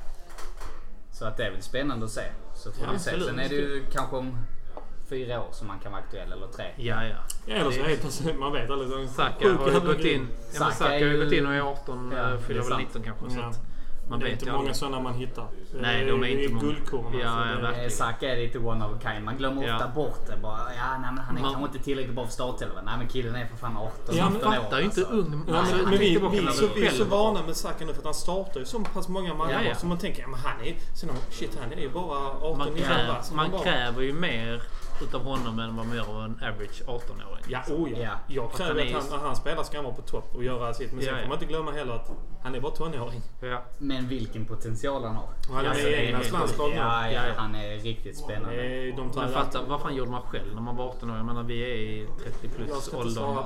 Så att det är väl spännande att se. Så får vi se. Sen är det ju kanske om 4 år som man kan vara aktuell, eller 3. Ja. Eller så är det, man vet aldrig. Saka har ju gått in. Saka har ju gått in och är 18, fyller väl 19 kanske. Så att man det är vet inte många sådana man hittar. Nej, de är inte många. Guldkorn. Saka är lite one of a kind. Man glömmer ofta bort det. Bara, men han är kanske inte tillräckligt bra för startelvan. Nej, men killen är för fan 18 år. Han fattar ju inte ung. Vi är så vana med Saka nu för att han startar ju så pass många matcher. Så man tänker, men han är ju bara 18-19. Man kräver ju mer utav honom än vad man gör av en average 18-åring. Jag kräver att när han spelar ska han vara på topp och göra sitt. Men sen får man inte glömma heller att han är bara 20-åring. Men vilken potential han har. Han är i Englands landslag nu. Han är riktigt spännande. Men fatta, vad fan gjorde man själv när man var 18 år? Jag menar, vi är i 30 plus åldern.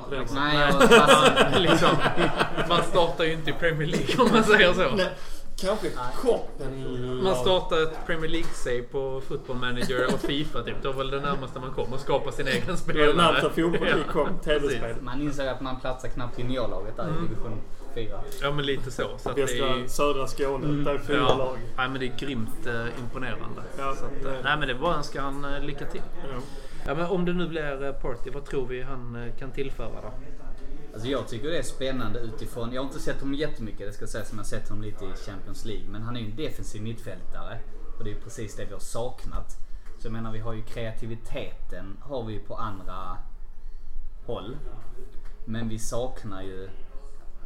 Liksom, man startar ju inte i Premier League om man säger så. Kanske koppen. Man startar ett Premier League-save på Football Manager och FIFA typ. Det var väl det närmaste man kom och skapa sin egen spelare. Det närmsta fotboll kom tv-spel. Man inser att man platsar knappt juniorlaget där i division 4. Ja, men lite så. Så att bästa det är södra Skåne, där är 4 lag. Nej, men det är grymt imponerande. Så att, nej, men det var önskar han lycka till. Ja, men om det nu blir Partey, vad tror vi han kan tillföra då? Alltså jag tycker det är spännande utifrån. Jag har inte sett honom jättemycket, det ska säga, som jag sett honom lite i Champions League. Men han är ju en defensiv mittfältare. Och det är precis det vi har saknat. Så jag menar, vi har ju kreativiteten har vi på andra håll. Men vi saknar ju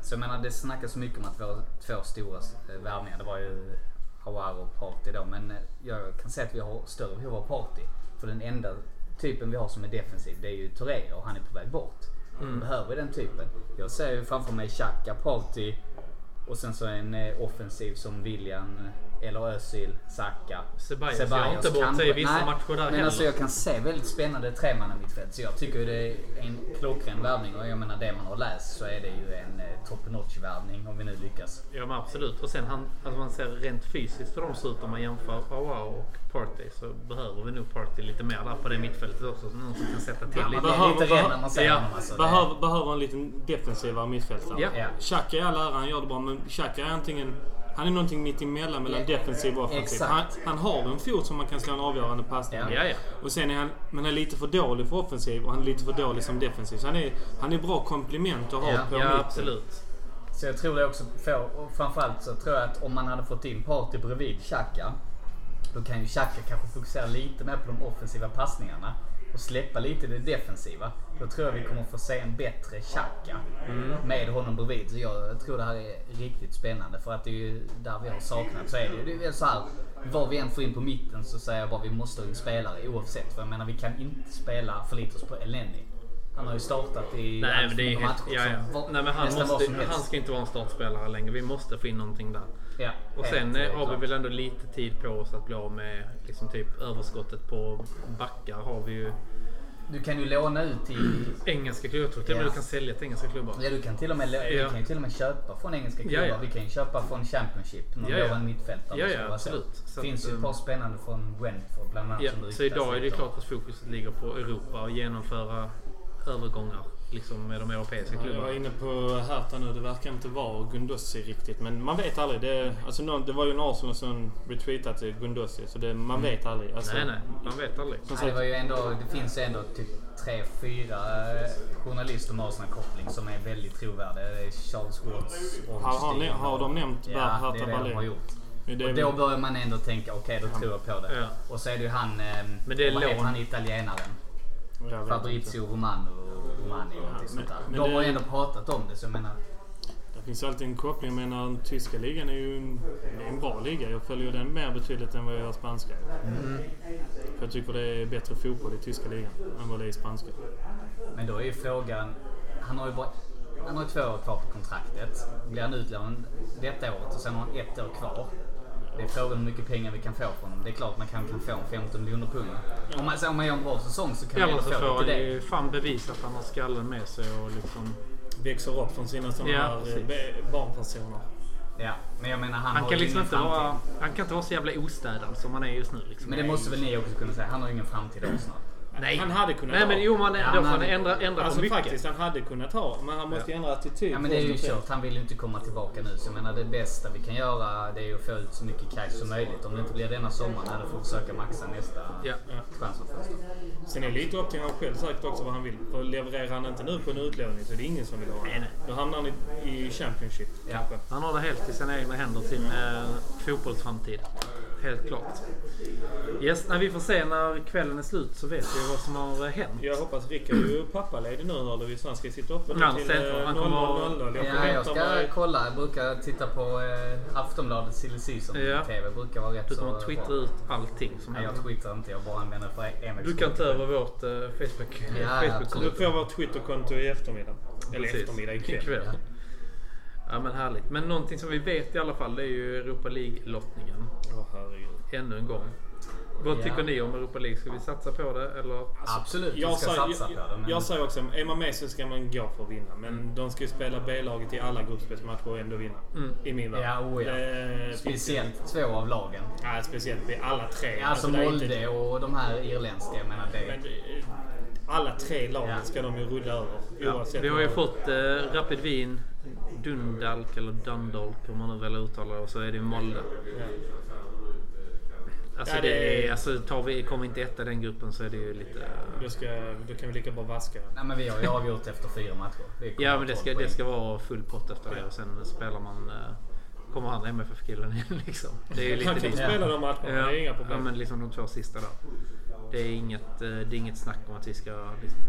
Så jag menar, det snackas så mycket om att våra 2 stora värvningar, det var ju Aouar och Partey då, men jag kan säga att vi har större behov av Partey. För den enda typen vi har som är defensiv, det är ju Torreira och han är på väg bort. Behöver vi den typen? Jag ser ju framför mig Xhaka, Partey och sen så en offensiv som Willian eller Özil, Saka, Ceballos har inte bort sig i vissa matcher där men heller. alltså jag kan se väldigt spännande tremannamittfält, så jag tycker det är en klockren värvning, och jag menar det man har läst så är det ju en top-notch-värvning om vi nu lyckas. Ja men absolut. Och sen alltså man ser rent fysiskt för de ser ut om man jämför Aouar och Partey, så behöver vi nog Partey lite mer där på det mittfältet också. Någon som kan sätta till lite. Man är lite rädd när man ser honom alltså. Behöver en liten defensivare mittfältare. Ja. Xhaka i all ära, han gör det bra, men Xhaka är antingen... Han är någonting mitt emellan mellan defensiv och offensiv. Han har en fot som man kan slå en avgörande passning med. Ja. Och sen är han är lite för dålig för offensiv och han är lite för dålig som defensiv. Så han är bra komplement att ha på mitten. Ja, absolut. Så jag tror det också och framförallt så tror jag att om man hade fått in Partey bredvid Xhaka, då kan ju Xhaka kanske fokusera lite mer på de offensiva passningarna och släppa lite det defensiva. Då tror jag vi kommer få se en bättre Xhaka med honom bredvid. Så jag tror det här är riktigt spännande, för att det är ju där vi har saknat. Så är det är så här, vad vi än får in på mitten så säger jag bara vi måste ha en spelare oavsett. För jag menar, vi kan inte spela förlita oss på Elneny. Han har ju startat i matcher. Nej, men han ska inte vara en startspelare längre. Vi måste få in någonting där. Ja, och sen har vi väl ändå lite tid på oss att bli av med liksom typ överskottet på backar har vi ju. Du kan ju låna ut till engelska klubbar. Jag tror du kan sälja till engelska klubbar. Ja, du kan till och med köpa från engelska klubbar. Ja. Vi kan ju köpa från Championship. Någon mittfältare. Ja, absolut. Det finns ju ett par spännande från Brentford bland annat. Ja, så idag är det klart att fokuset ligger på Europa och genomföra övergångar liksom med de europeiska klubbarna. Jag var inne på Hertha nu. Det verkar inte vara Guendouzi riktigt, men man vet aldrig. Det var ju en Arsenal som retweetat till Guendouzi, så man vet aldrig. Alltså, nej, man vet aldrig. Det var ju det finns ändå typ 3-4 journalister med Arsenal-koppling som är väldigt trovärdiga. Det är Charles Watts och har de nämnt Hertha det är det de har gjort. Och då börjar man ändå tänka, okej, då tror jag på det. Ja. Och så är det ju han, men det är han italienaren. Fabrizio Romani och sånt där. De har ju ändå pratat om det, så jag menar. Det finns alltid en koppling. Jag menar, den tyska ligan är ju en bra liga. Jag följer den mer betydligt än vad jag gör spanska. För jag tycker det är bättre fotboll i tyska ligan än vad det är i spanska. Men då är ju frågan, han har ju 2 år kvar på kontraktet. Blir han utlånad detta året och sen har han 1 år kvar. Det är frågan hur mycket pengar vi kan få från dem. Det är klart man kan få 15 miljoner pund. Om man gör en bra säsong så kan man få det till det. Ja, det är fan bevis att han har skallen med sig och liksom växer upp från sina barnpersoner. Ja, men jag menar han kan liksom inte vara, han kan inte vara så jävla ostädad som han är just nu liksom. Men det måste väl ni också kunna säga. Han har ju ingen framtid snart. Nej, han hade kunnat men då får han ändra alltså på mycket. Faktiskt, han hade kunnat ha, men han måste ändra attityd. Ja, men det är ju kört. Han vill ju inte komma tillbaka nu. Så jag menar, det bästa vi kan göra, det är att få ut så mycket cash som möjligt. Om det inte blir denna sommaren, då får vi försöka maxa nästa transferfönster. Sen är det lite upp till han själv sagt också vad han vill. För levererar han inte nu på en utlåning så är det ingen som vill ha honom. Då hamnar han i Championship. Ja. Han har det helt i sina egna händer, sin fotbollsframtid. Helt klart. Yes, när vi får se när kvällen är slut så vet vi vad som har hänt. Jag hoppas Rick är ju pappaledig nu eller vi ska sitta uppe till 0-0. Jag ska kolla. Jag brukar titta på Aftonbladets Silly Season TV. Brukar vara rätt så. Du kommer twittra ut allting som händer. Jag twittrar inte. Jag bara använder för MX. Du kan ta över vårt Facebook-konto. Du får vårt Twitter-konto i eftermiddag. Eller eftermiddag ikväll. Ja, men härligt. Men någonting som vi vet i alla fall, det är ju Europa League-lottningen. Herregud. Ännu en gång. Vad tycker ni om Europa League? Ska vi satsa på det? Eller? Absolut, jag ska satsa på det. Men... Jag säger också, är man med så ska man gå för att vinna. Men de ska ju spela B-laget i alla gruppspelsmatcher och ändå vinna. I min värld. Ja. Speciellt 2 av lagen. Ja, speciellt alla 3. Alltså Molde och de här irländska. Men alla 3 lagen ska de ju rulla över. Ja. Vi har ju fått Rapid Wien, Dundalk eller Dundalk om man nu väl uttalar det, och så är det Molde. Ja. Alltså kommer inte ett i den gruppen så är det ju lite. Då kan vi lika bara vaska. Nej, men vi har ju avgjort efter 4 matcher. Ja, men det ska vara full pott efter det och sen spelar man. Kommer han MFF-killen in liksom. Det är ju lite. Han kan spela de matcherna. Det är inga problem. Ja, men liksom de 2 sista där. Det är inget snack om att vi ska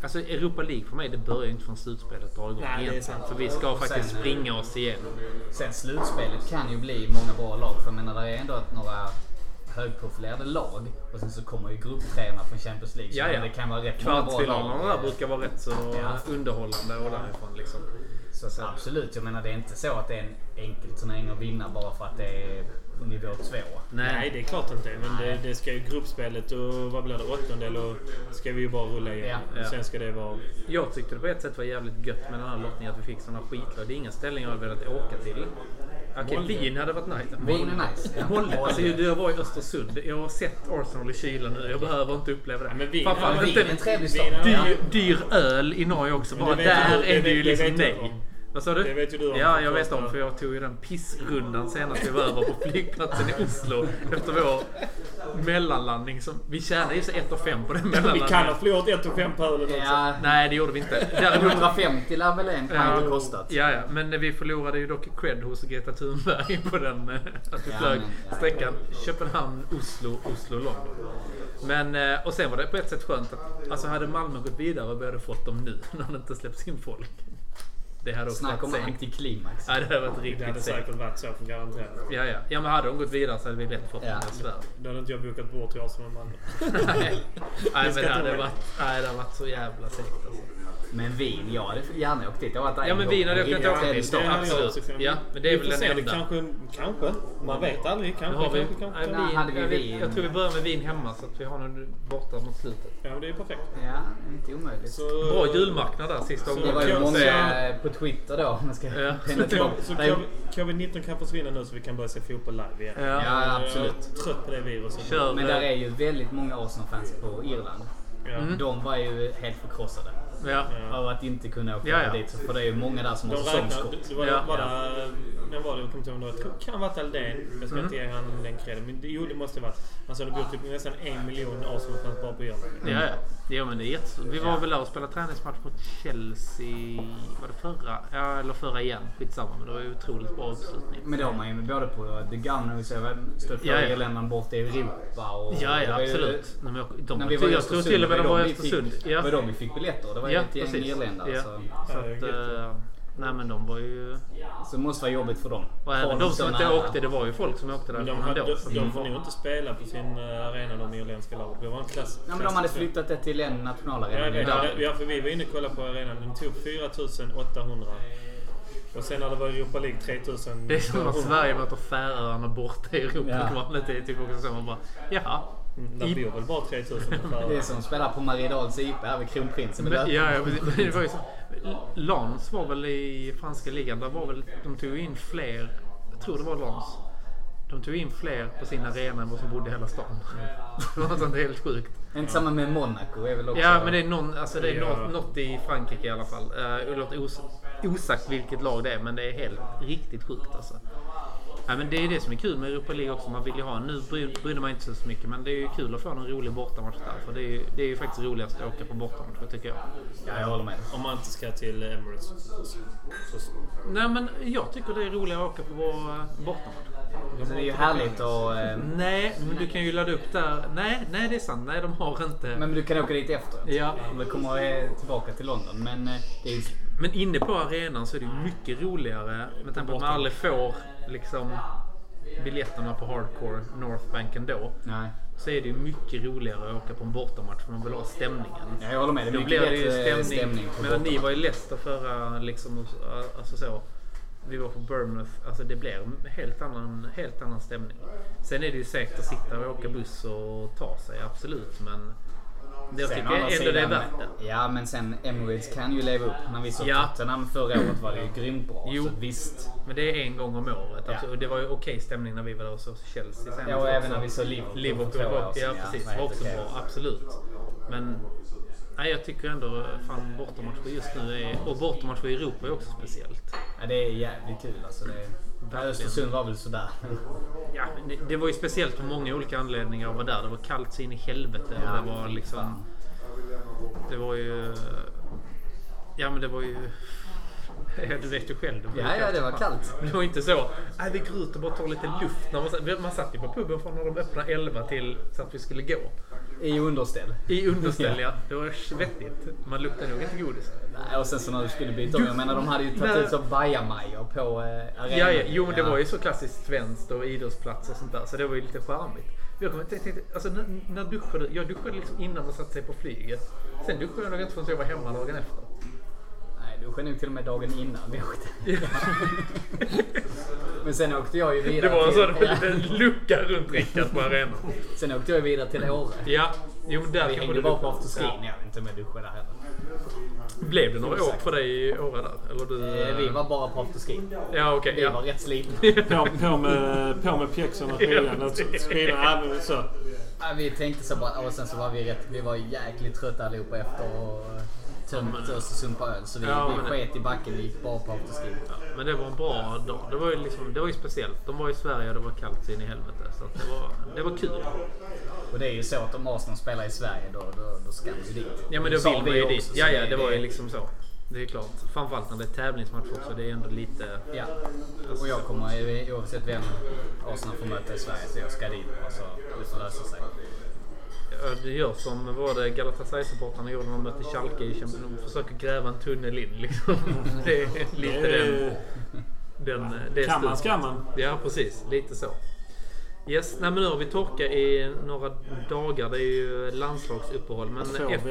Alltså Europa League för mig, det börjar ju inte från slutspelet drar igång egentligen. För vi ska faktiskt springa oss igenom. Sen slutspelet kan ju bli många bra lag. För jag menar, det är ändå några högprofilerade lag. Och sen så kommer ju grupptränare från Champions League. Så det kan vara rätt många bra lag. Kvartsfinalerna där brukar vara rätt så underhållande och därifrån liksom. Så absolut, jag menar det är inte så att det är en enkel turnering att vinna bara för att det är nivå 2. Nej, det är klart inte. Men det ska ju gruppspelet och vad blir det, 8:e och ska vi ju bara rulla igen. Ja. Sen ska det vara... Jag tyckte det på ett sätt var jävligt gött med den här lottningen att vi fick såna skitlag. Det är inga ställningar jag hade velat åka till. Okej, Wien hade varit nice. Wien är nice. Alltså, jag var i Östersund. Jag har sett Arsenal i kylan nu. Jag behöver inte uppleva det. Men Wien är en trevlig stad. Dyr öl i Norge också. Bara där är det ju liksom nej. Vad sa du? Det vet ju du om. Ja, jag vet om för jag tog ju den pissrundan senast vi var över på flygplatsen i Oslo efter vår mellanlandning. Som, vi tjänade ju så 1,5 på den mellanlandningen. Vi kan ha förlorat 1,5 på ölen också. Ja. Nej, det gjorde vi inte. 150 lär väl en pint kostat. Ja, men vi förlorade ju dock cred hos Greta Thunberg på den att vi flög sträckan Köpenhamn-Oslo, Oslo-London. Men, och sen var det på ett sätt skönt att alltså hade Malmö gått vidare och vi hade fått dem nu när det inte släpps in folk. Det hade också snack om antiklimax. Ja, det hade varit riktigt. Det hade säkert varit så för garanterat. Ja, men hade de gått vidare så hade vi lätt fått dem i Sverige. Då hade inte jag bokat bort till Arsenal Malmö. Nej, men det hade varit så jävla segt alltså. Men Wien, jag hade gärna åkt dit. Ja, men Wien hade jag kunnat åka till. Absolut. Ja, men det är väl den enda. Kanske. Man vet aldrig. Kanske. Jag tror vi börjar med Wien hemma så att vi har någon borta mot slutet. Ja, det är perfekt. Ja, inte omöjligt. Så, bra julmarknad där sista gången. Det var ju många på Twitter då. Så COVID-19 kan försvinna nu så vi kan börja se fotboll live igen. Ja, absolut. Jag är trött på det viruset. Men där är ju väldigt många Arsenal-fans på Irland. De var ju helt förkrossade. Av att inte kunna åka dit. För det är ju många där som har säsongskort. Det kan vara Aldén. Jag ska inte ge han den kreden. Men det måste vara. Alltså det bor typ nästan 1 miljon Arsenal-fans bara på Irland. Ja, men det är jätteså. Vi var väl där och spelade träningsmatch mot Chelsea. Var det förra? Ja, eller förra igen. Skitsamma. Men det var ju otroligt bra uppslutning. Men då har man ju både på The Gunners och stött för Irländarna bort i Europa. Och absolut. När vi var i Östersund. Till och med de var i Östersund. Det var då vi fick biljetter. Det var ett gäng irländare. Så att... Nej, men de var ju... Så det måste vara jobbigt för dem. Och även de som inte åkte, det var ju folk som åkte där. Men de får nog inte spela på sin arena, de irländska lag. Det var en klass. Ja, men de hade flyttat det till en nationalarena. Ja, för vi var inne och kollade på arenan. Den tog 4,800. Och sen när det var Europa League 3,000. Det är som när Sverige möter Färöarna borta i Europa. Det är typ också så man bara, jaha. Där bor väl bara 3000 på Det är som spelar på Mariedals IP här vid Kronprinsen. Men det var ju så. Lens var väl i franska ligan. Där var väl, de tog in fler. Jag tror det var Lens. De tog in fler på sin arena än vad som bodde i hela stan. Det var sånt helt sjukt. Inte samma med Monaco är väl också. Ja, men det är något i Frankrike i alla fall. Det låter osagt vilket lag det är, men det är helt riktigt sjukt alltså. Ja, men det är det som är kul med Europa League också. Man vill ju ha, nu bryr man inte så mycket, men det är ju kul att få en rolig bortamatch där. För det är ju faktiskt roligast att åka på bortamatch, tycker jag. Ja, jag håller med. Om man inte ska till Emirates. Nej, men jag tycker det är roligare att åka på vår bortamatch. Så det är ju härligt och... Nej, men du kan ju ladda upp där. Nej, det är sant. Nej, de har inte... Men du kan åka dit efter. Ja. Vi kommer tillbaka till London, men det är ju... Men inne på arenan så är det ju mycket roligare med tanke på att man aldrig får liksom biljetterna på Hardcore Northbank ändå. Nej. Så är det ju mycket roligare att åka på en bortamatch för man vill ha stämningen. Ja, jag håller med. Det då blir det ju stämning men ni var ju Leicester förra liksom, alltså så. Vi var på Bournemouth, alltså det blir helt annan stämning. Sen är det ju säkert att sitta och åka buss och ta sig, absolut, men det jag tycker ändå det är värt det. Ja, men sen Emirates kan ju leva upp. När vi såg Tottenham förra året var det ju grymt bra. Jo, så visst. Men det är en gång om året. Ja. Och det var ju okej stämning när vi var där och så Chelsea. Ja, och även när vi såg Liverpool. Ja, precis. Det var också bra, absolut. Men nej, jag tycker ändå fan bortamatcher just nu är... Och bortamatcher i Europa är också speciellt. Ja, det är jävligt kul alltså. Östersund var väl sådär. Ja, det var ju speciellt på många olika anledningar att vara där. Det var kallt så in i helvete. Ja, det var liksom... Det var ju... Ja, men det var ju... Du vet ju själv. Ja, det var kallt. Men det var inte så. Vi går ut och bara tar lite luft. Man satt ju på puben från när de öppnade 11 till så att vi skulle gå. I underställ. Ja. Det var svettigt. Man luktade nog inte godis. Nej, och sen så när du skulle byta om. Jag menar, de hade ju tagit ut så bajamajor på arenan. Ja, jo, men det var ju så klassiskt svenskt och idrottsplats och sånt där. Så det var ju lite charmigt. Jag tänkte, alltså när duschade jag duschade liksom innan man satte sig på flyget. Sen duschade jag nog inte förrän jag var hemma dagen efter. Nej, duschade nog till och med dagen innan vi åkte. Men sen åkte jag ju vidare. Det var en sån lucka runt Rickard på arenan. Sen åkte jag vidare till Åre. Ja, jo, där vi hängde bara på afterskin. Ja. Jag vet inte med duscha där heller. Blev det några år för dig i Åre där? Eller du... Vi var bara på afterskin. Ja, okej. Vi var rätt slitna. på med pjäxorna och skidan. Så. Ja, vi tänkte så bara, och sen så var vi var jäkligt trötta allihopa efter och tömt Östersund på öl. Så vi sket i backen, vi gick bara på afterskin. Ja, men det var en bra dag. Det var ju speciellt. De var i Sverige och det var kallt in i helvete. Så att det var kul. Och det är ju så att om Arsenal spelar i Sverige då ska vi dit. Ja, men då vill vi ju dit. Ja, det var ju liksom så. Det är klart. Framförallt när det är tävlingsmatch också. Det är ändå lite... Ja. Och jag kommer oavsett vem Arsenal får möta i Sverige så jag ska dit. Alltså, det får lösa sig. Ja, det gör som var det Galatasaray-supportarna gjorde när de mötte Schalke i Champions League. De försöker gräva en tunnel in liksom. Det är lite det kan man. Ja, precis. Lite så. Yes, nej, men nu har vi torka i några dagar. Det är ju landslagsuppehåll. Men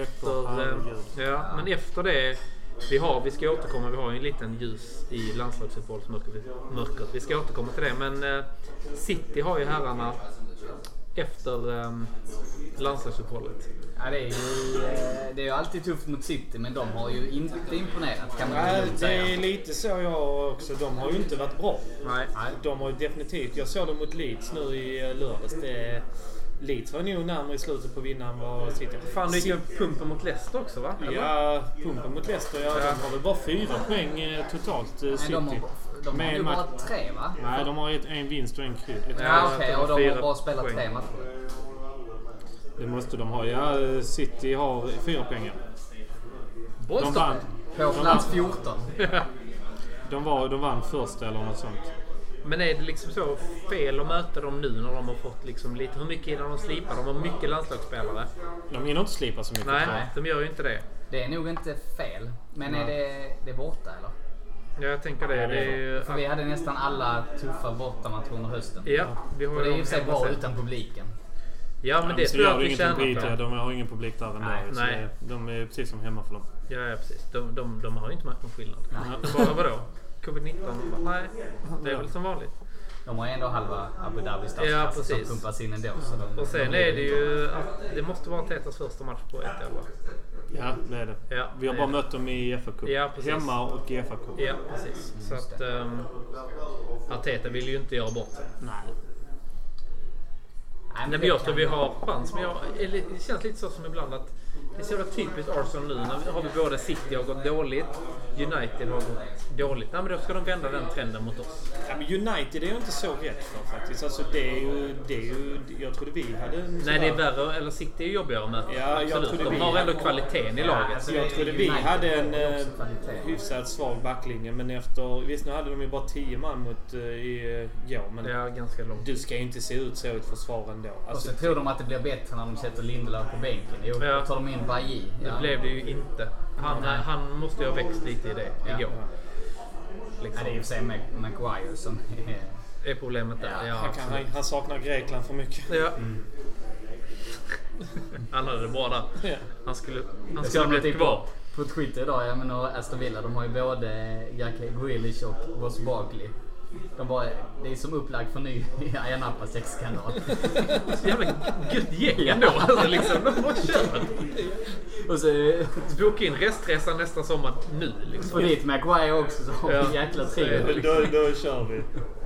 efter det vi ska återkomma. Vi har ju en liten ljus i landslagsuppehållsmörkret. Vi ska återkomma till det. Men City har ju herrarna efter landslagsuppehållet. Ja, det är ju alltid tufft mot City, men de har ju inte imponerat, kan man ju säga. Det är lite så jag också. De har ju inte varit bra. Nej. De har ju definitivt. Jag såg dem mot Leeds nu i lördags. Leeds var nog närmare i slutet på vinnaren var City. Fan, det gick ju pumpen mot Leicester också, va? Eller? Ja, pumpen mot Leicester. Ja. De har väl bara 4 poäng totalt, City. De har ju bara 3, va? Nej, de har en vinst och en kryss. Ja, okej. Och de har bara spelat 3 matcher. Det måste de ha. Ja, City har 4 poäng. De vann. På plats 14. De vann först eller något sånt. Men är det liksom så fel att möta dem nu när de har fått liksom lite... Hur mycket innan de slipar? De har mycket landslagsspelare. De hinner inte slipa så mycket. Nej, de gör ju inte det. Det är nog inte fel. Men är det borta eller? Ja, jag tänker det. Det är ju... För vi hade nästan alla tuffa bortamatcher under hösten. Ja, vi har och det är ju så bra utan publiken. Ja, men det tror jag att vi tjänar på. De har ingen publik där ändå. Nej. De är precis som hemma för dem. Ja, precis. De har ju inte märkt någon skillnad. Bara vadå? Covid-19? Nej, det är väl som vanligt. De har ändå halva Abu Dhabi stadskassa som pumpas in ändå. Så och sen är det ju att det måste vara Tetas första match på 1 11. Ja, det är det. Ja, vi har bara mött dem i FA-cup. Ja, hemma och i FA-cup. Ja, precis. Så att Arteta vill ju inte göra bort sig. Nej. Men jag tror vi har chans. Men det känns lite så som ibland att det är så jävla typiskt Arsenal nu. Nu har vi både City har gått dåligt, United har gått dåligt. Nej, men då ska de vända den trenden mot oss. Ja, men United är ju inte så rätt för faktiskt. Alltså det är ju jag trodde vi hade en... Nej, det är värre. Eller City är jobbigare att möta. Ja, absolut. De har ändå kvaliteten i laget. Alltså, jag trodde vi hade en hyfsat svag backlinje. Men efter... Visst, nu hade de ju bara 10 man mot går. Men ja, ganska långt. Du ska ju inte se ut så i ett försvar ändå. Alltså, och så tror de att det blir bättre när de sätter Lindelöf på bänken. Jo, då tar de in Bailly. Det blev det ju inte. Han måste ju ha växt lite i det igår. Liksom. Ja, det är ju för sig Maguire som är problemet där. Ja, han saknar Grekland för mycket. Ja. Han hade det bra där. Han skulle ha blivit kvar. På Twitter idag, jag menar Aston Villa, de har ju både Jack Grealish och Ross Barkley. Det är som upplagd för ny Ayia Napa sexskandal. Så jävla gött gäng ändå. Alltså, liksom, de var kört. Och så boka in restresan nästa sommar nu. Liksom. Och dit Maguire också så har vi jäkla trio. Då kör vi.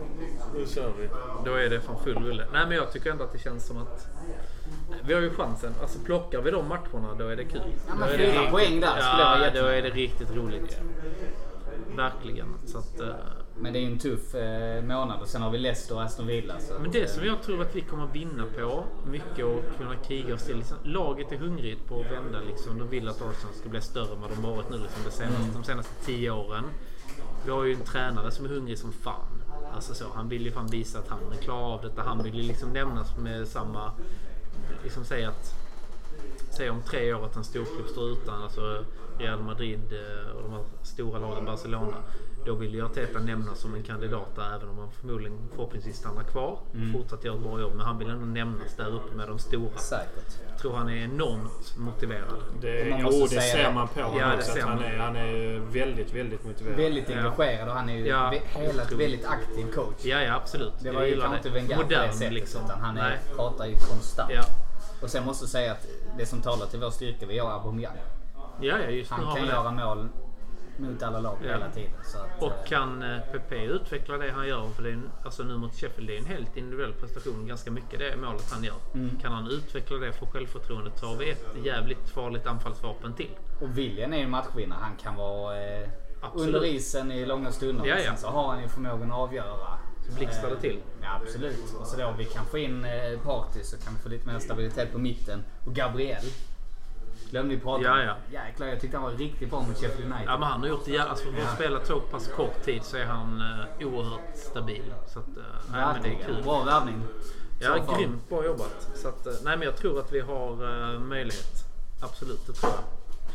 Då är det fan full rulle. Nej, men jag tycker ändå att det känns som att vi har ju chansen. Alltså plockar vi de matcherna, då är det kul. Ja, men 4 poäng där skulle jag vara då är det riktigt roligt. Verkligen. Så att, men det är en tuff månad och sen har vi Leicester och Aston Villa. Så men det som jag tror att vi kommer vinna på mycket och kunna kriga oss till. Liksom, laget är hungrigt på att vända. Liksom, de vill att Arsenal ska bli större än vad de varit nu liksom, de senaste 10 åren. Vi har ju en tränare som är hungrig som fan. Alltså så, han vill ju fan visa att han är klar av detta. Han vill ju liksom nämnas med samma... Liksom säga om 3 år att en storklubb står utan, alltså Real Madrid och de här stora lagen Barcelona. Då vill ju Arteta nämnas som en kandidat där, även om han förhoppningsvis stannar kvar och fortsatt gör ett bra jobb. Men han vill ändå nämnas där uppe med de stora. Säkert. Jag tror han är enormt motiverad. Det ser man på honom också. Att han är väldigt, väldigt motiverad. Väldigt engagerad och han är ju väldigt aktiv coach. Ja, absolut. Det var ju kanske inte Wenger på det sättet, liksom. Utan han pratar ju konstant. Ja. Och sen måste jag säga att det som talar till vår styrka, vi har Aubameyang. Just nu han kan göra mål mot alla lag hela tiden. Så att, och kan Pepe utveckla det han gör, för det är alltså nu mot Sheffield, det är en helt individuell prestation, ganska mycket det målet han gör. Kan han utveckla det för självförtroendet, så har vi ett jävligt farligt anfallsvapen till. Och William är ju matchvinnare. Han kan vara under isen i långa stunder. Sen så har han ju förmågan att avgöra. Så blixtrar det till. Ja, absolut. Och så då vi kan få in Partey, så kan vi få lite mer stabilitet på mitten. Och Gabriel glömde vi prata om. Jäklar, jag tyckte han var riktigt bra mot Sheffield United. Ja, men han har gjort det. Alltså, för att spela så pass kort tid så är han oerhört stabil. Så att, men det är kul. Bra värvning. Ja, grymt bra jobbat. Så att, nej, men jag tror att vi har möjlighet. Absolut, det tror jag.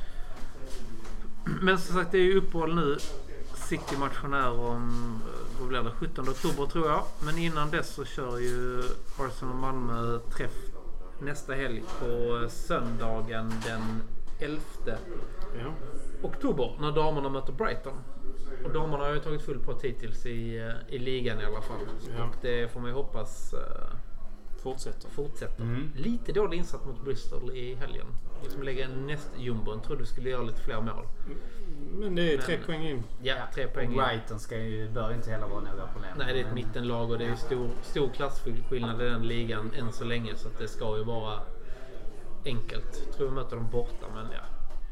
Men som sagt, det är ju uppehåll nu. City-matchen är om 17 oktober tror jag. Men innan dess så kör ju Arsenal och Malmö träff nästa helg på söndagen den 11 oktober när damerna möter Brighton. Och damerna har ju tagit full pott hittills i ligan i alla fall. Och det får man ju hoppas fortsätter. Lite dålig insatt mot Bristol i helgen. Liksom lägga en nästjumbon. Trodde vi skulle göra lite fler mål. Men det är 3 poäng in. Ja, 3 poäng in. Brighton bör inte heller vara några problem. Nej, det är ett mittenlag och det är stor klassskillnad i den ligan än så länge, så att det ska ju vara enkelt. Tror vi möter dem borta, men ja.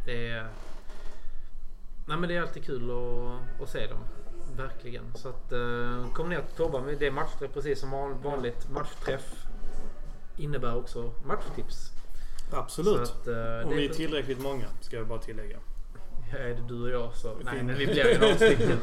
Men det är alltid kul att se dem. Verkligen. Så att kom ner till Tobba med det matchträff precis som vanligt. Matchträff innebär också matchtips. Absolut. Så att, om vi är tillräckligt många, ska jag bara tillägga. Ja, är det du och jag så. Nej, men vi blir ju några stycken.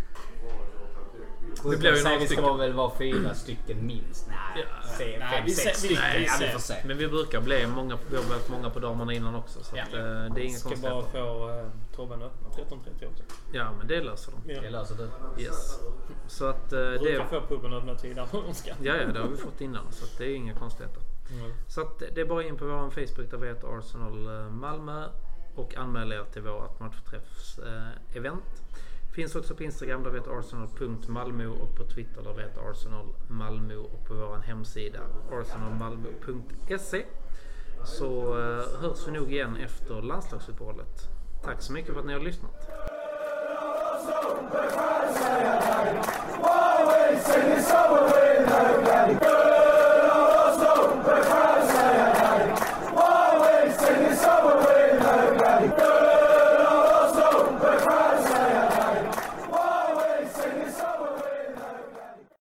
Det blir ju vi ska väl vara 4 stycken minst. Nej, 5-6 stycken. Men vi brukar bli många. Vi har varit många på damerna innan också, så att, det är inga konstigheter. Ska bara få Tobben öppna 13:30 också. Ja, men det löser de. Ja. Det löser du. Yes. Så att brukar få puben öppna tidigare än de ska. Ja, det har vi fått innan, så att det är inga konstigheter. Så att det är bara in på vår Facebook där vi heter Arsenal Malmö och anmäla er till vårt matchträffs event. Finns också på Instagram där vi heter arsenal.malmo och på Twitter där vi heter Arsenal Malmö och på vår hemsida arsenalmalmo.se. Så hörs vi nog igen efter landslagsuppehållet. Tack så mycket för att ni har lyssnat.